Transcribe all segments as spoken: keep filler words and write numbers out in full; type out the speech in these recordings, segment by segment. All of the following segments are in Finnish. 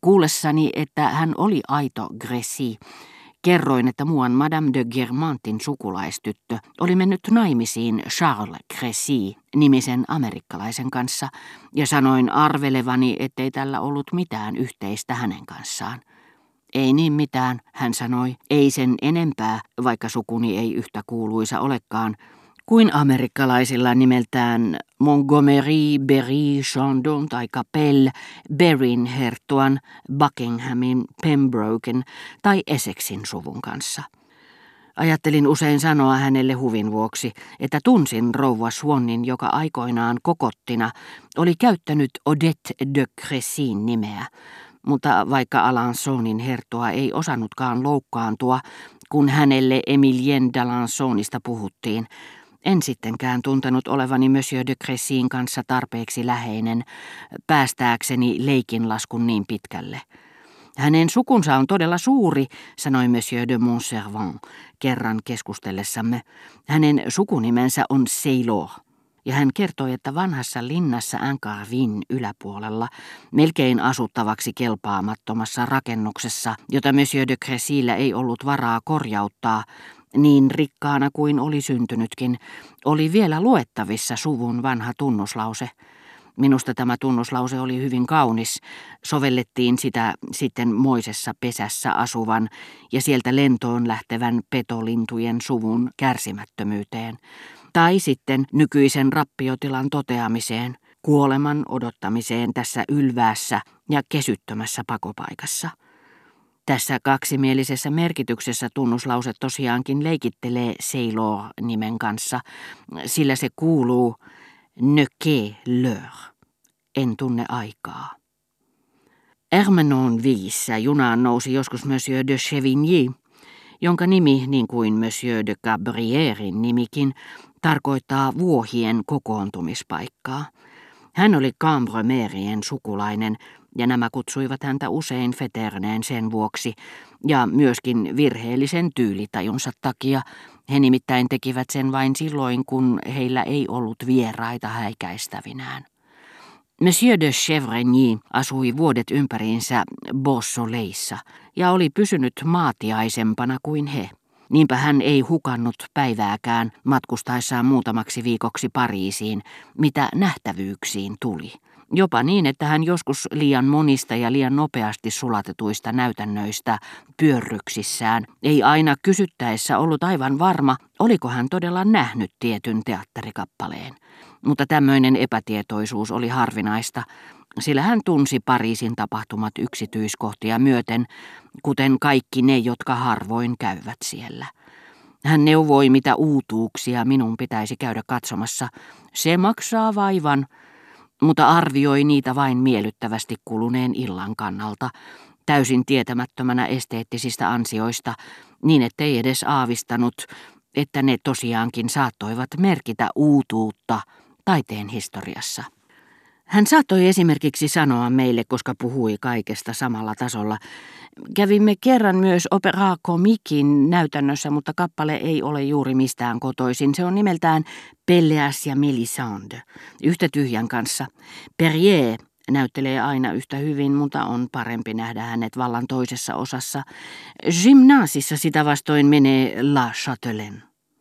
Kuullessani, että hän oli aito Grécy, kerroin, että muuan Madame de Guermantin sukulaistyttö oli mennyt naimisiin Charles Grécy-nimisen amerikkalaisen kanssa, ja sanoin arvelevani, ettei tällä ollut mitään yhteistä hänen kanssaan. Ei niin mitään, hän sanoi, ei sen enempää, vaikka sukuni ei yhtä kuuluisa olekaan, kuin amerikkalaisilla nimeltään Montgomery, Berry, Chandon tai Capel, Berryn herttuan, Buckinghamin, Pembroken tai Essexin suvun kanssa. Ajattelin usein sanoa hänelle huvin vuoksi, että tunsin rouva Swannin, joka aikoinaan kokottina oli käyttänyt Odette de Crécyn nimeä, mutta vaikka Alençonin herttua ei osannutkaan loukkaantua, kun hänelle Emilien d'Alençonista puhuttiin, en sittenkään tuntenut olevani Monsieur de Crécyn kanssa tarpeeksi läheinen päästääkseni leikinlaskun niin pitkälle. Hänen sukunsa on todella suuri, sanoi Monsieur de Montservant kerran keskustellessamme. Hänen sukunimensä on Saylor. Ja hän kertoi, että vanhassa linnassa Incarvin yläpuolella, melkein asuttavaksi kelpaamattomassa rakennuksessa, jota Monsieur de Crécyllä ei ollut varaa korjauttaa, niin rikkaana kuin oli syntynytkin, oli vielä luettavissa suvun vanha tunnuslause. Minusta tämä tunnuslause oli hyvin kaunis. Sovellettiin sitä sitten moisessa pesässä asuvan ja sieltä lentoon lähtevän petolintujen suvun kärsimättömyyteen. Tai sitten nykyisen rappiotilan toteamiseen, kuoleman odottamiseen tässä ylväässä ja kesyttömässä pakopaikassa. Tässä kaksimielisessä merkityksessä tunnuslause tosiaankin leikittelee Saylor-nimen kanssa, sillä se kuuluu ne qu'est l'heure, en tunne aikaa. Ermenonvillessä junaan nousi joskus Monsieur de Chevigny, jonka nimi, niin kuin Monsieur de Cabrierin nimikin, tarkoittaa vuohien kokoontumispaikkaa. Hän oli Cambremerien sukulainen, ja nämä kutsuivat häntä usein Feterneen sen vuoksi, ja myöskin virheellisen tyylitajunsa takia. He nimittäin tekivät sen vain silloin, kun heillä ei ollut vieraita häikäistävinään. Monsieur de Chevrigny asui vuodet ympäriinsä Beausoleissa ja oli pysynyt maatiaisempana kuin he. Niinpä hän ei hukannut päivääkään matkustaessaan muutamaksi viikoksi Pariisiin, mitä nähtävyyksiin tuli. Jopa niin, että hän joskus liian monista ja liian nopeasti sulatetuista näytännöistä pyörryksissään ei aina kysyttäessä ollut aivan varma, oliko hän todella nähnyt tietyn teatterikappaleen. Mutta tämmöinen epätietoisuus oli harvinaista, sillä hän tunsi Pariisin tapahtumat yksityiskohtia myöten, kuten kaikki ne, jotka harvoin käyvät siellä. Hän neuvoi, mitä uutuuksia minun pitäisi käydä katsomassa. Se maksaa vaivan, mutta arvioi niitä vain miellyttävästi kuluneen illan kannalta, täysin tietämättömänä esteettisistä ansioista, niin ettei edes aavistanut, että ne tosiaankin saattoivat merkitä uutuutta taiteen historiassa. Hän saattoi esimerkiksi sanoa meille, koska puhui kaikesta samalla tasolla. Kävimme kerran myös Opéra Comiquein näytännössä, mutta kappale ei ole juuri mistään kotoisin. Se on nimeltään Pelléas ja Mélisande, yhtä tyhjän kanssa. Perrier näyttelee aina yhtä hyvin, mutta on parempi nähdä hänet vallan toisessa osassa. Gymnasissa sitä vastoin menee La Châtelaine.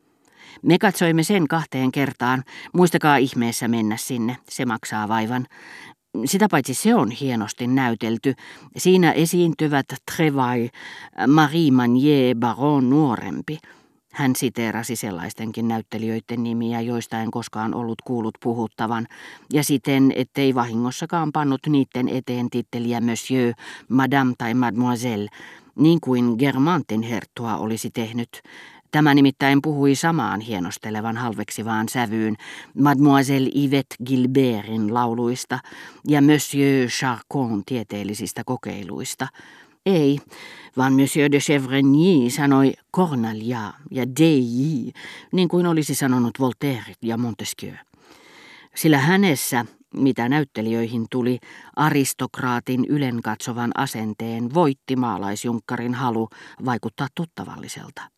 Me katsoimme sen kahteen kertaan. Muistakaa ihmeessä mennä sinne, se maksaa vaivan. Sitä paitsi se on hienosti näytelty. Siinä esiintyvät Trevaille, Marie Magnier Baron nuorempi. Hän siteerasi sellaistenkin näyttelijöiden nimiä, joista en koskaan ollut kuullut puhuttavan, ja siten, ettei vahingossakaan pannut niiden eteen titteliä Monsieur, Madame tai Mademoiselle, niin kuin Guermantin herttua olisi tehnyt. Tämä nimittäin puhui samaan hienostelevan halveksivaan sävyyn Mademoiselle Yvette Gilbertin lauluista ja Monsieur Charcon tieteellisistä kokeiluista. Ei, vaan Monsieur de Chevrigny sanoi Cornelia ja Dei, niin kuin olisi sanonut Voltaire ja Montesquieu. Sillä hänessä, mitä näyttelijöihin tuli, aristokraatin ylenkatsovan asenteen voitti maalaisjunkkarin halu vaikuttaa tuttavalliselta.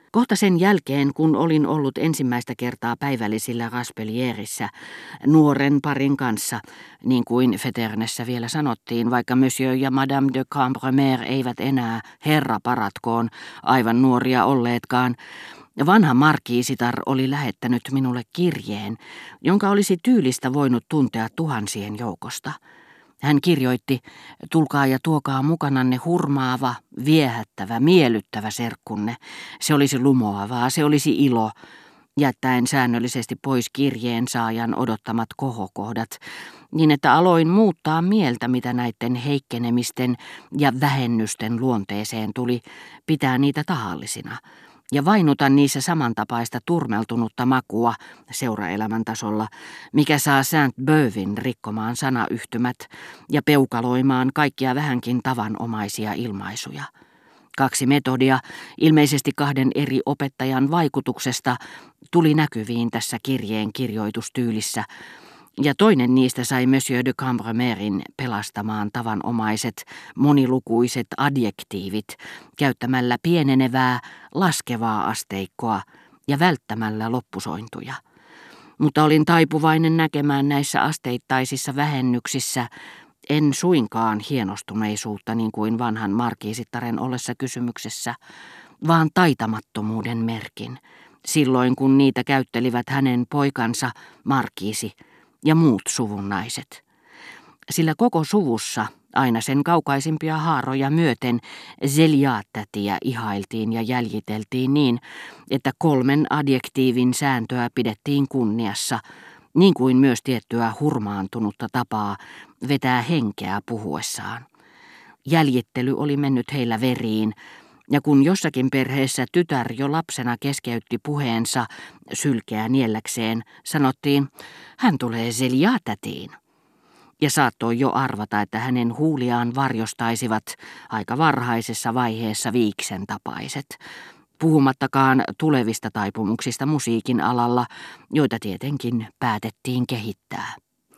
Kohta sen jälkeen, kun olin ollut ensimmäistä kertaa päivällisillä Raspellierissä nuoren parin kanssa, niin kuin Feternessä vielä sanottiin, vaikka Monsieur ja Madame de Cambremer eivät enää, herra paratkoon, aivan nuoria olleetkaan, vanha markiisitar oli lähettänyt minulle kirjeen, jonka olisi tyylistä voinut tuntea tuhansien joukosta. Hän kirjoitti, tulkaa ja tuokaa mukananne hurmaava, viehättävä, miellyttävä serkkunne. Se olisi lumoavaa, se olisi ilo, jättäen säännöllisesti pois kirjeen saajan odottamat kohokohdat, niin että aloin muuttaa mieltä, mitä näiden heikkenemisten ja vähennysten luonteeseen tuli, pitää niitä tahallisina. Ja vainutan niissä samantapaista turmeltunutta makua seuraelämän tasolla, mikä saa Saint-Beuvin rikkomaan sanayhtymät ja peukaloimaan kaikkia vähänkin tavanomaisia ilmaisuja. Kaksi metodia, ilmeisesti kahden eri opettajan vaikutuksesta, tuli näkyviin tässä kirjeen kirjoitustyylissä, ja toinen niistä sai Monsieur de Cambremerin pelastamaan tavanomaiset, monilukuiset adjektiivit käyttämällä pienenevää, laskevaa asteikkoa ja välttämällä loppusointuja. Mutta olin taipuvainen näkemään näissä asteittaisissa vähennyksissä en suinkaan hienostuneisuutta niin kuin vanhan markiisittaren ollessa kysymyksessä, vaan taitamattomuuden merkin, silloin kun niitä käyttelivät hänen poikansa, markiisi, ja muut suvun naiset. Sillä koko suvussa, aina sen kaukaisimpia haaroja myöten, Zeliat-tätiä ihailtiin ja jäljiteltiin niin, että kolmen adjektiivin sääntöä pidettiin kunniassa, niin kuin myös tiettyä hurmaantunutta tapaa vetää henkeä puhuessaan. Jäljittely oli mennyt heillä veriin, ja kun jossakin perheessä tytär jo lapsena keskeytti puheensa sylkeä nielläkseen, sanottiin, hän tulee Zeliat-tätiin. Ja saattoi jo arvata, että hänen huuliaan varjostaisivat aika varhaisessa vaiheessa viiksen tapaiset, puhumattakaan tulevista taipumuksista musiikin alalla, joita tietenkin päätettiin kehittää.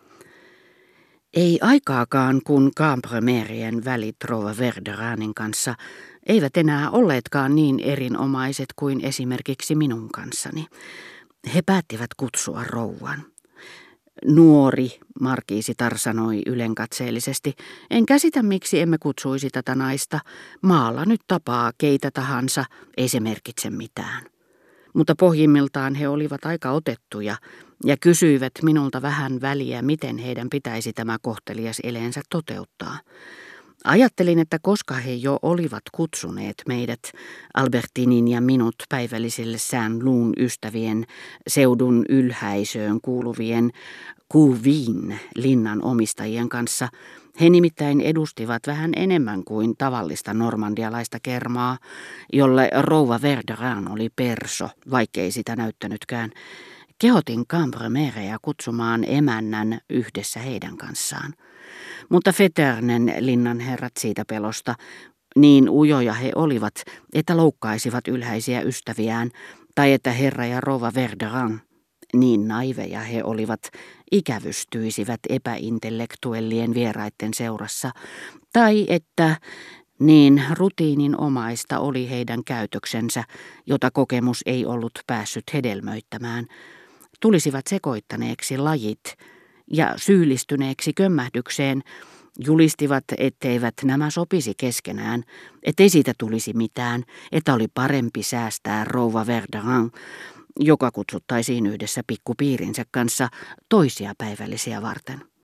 Ei aikaakaan, kun Cambremerien välit rouva Verderanin kanssa eivät enää olleetkaan niin erinomaiset kuin esimerkiksi minun kanssani. He päättivät kutsua rouvan. Nuori, markiisitar sanoi ylenkatseellisesti, en käsitä miksi emme kutsuisi tätä naista. Maalla nyt tapaa keitä tahansa, ei se merkitse mitään. Mutta pohjimmiltaan he olivat aika otettuja ja kysyivät minulta vähän väliä, miten heidän pitäisi tämä kohtelias eleensä toteuttaa. Ajattelin, että koska he jo olivat kutsuneet meidät, Albertinin ja minut, päivällisille Saint-Loun ystävien seudun ylhäisöön kuuluvien Couvin linnan omistajien kanssa, he nimittäin edustivat vähän enemmän kuin tavallista normandialaista kermaa, jolle rouva Verderan oli perso, vaikkei sitä näyttänytkään. Kehotin Cambremereja kutsumaan emännän yhdessä heidän kanssaan. Mutta Feternen linnan herrat siitä pelosta, niin ujoja he olivat, että loukkaisivat ylhäisiä ystäviään, tai että herra ja rouva Verderan, niin naiveja he olivat, ikävystyisivät epäintellektuellien vieraitten seurassa, tai että niin rutiininomaista oli heidän käytöksensä, jota kokemus ei ollut päässyt hedelmöittämään, tulisivat sekoittaneeksi lajit ja syyllistyneeksi kömmähdykseen, julistivat, etteivät nämä sopisi keskenään, ettei siitä tulisi mitään, että oli parempi säästää rouva Verderan, joka kutsuttaisiin yhdessä pikkupiirinsä kanssa toisia päivällisiä varten.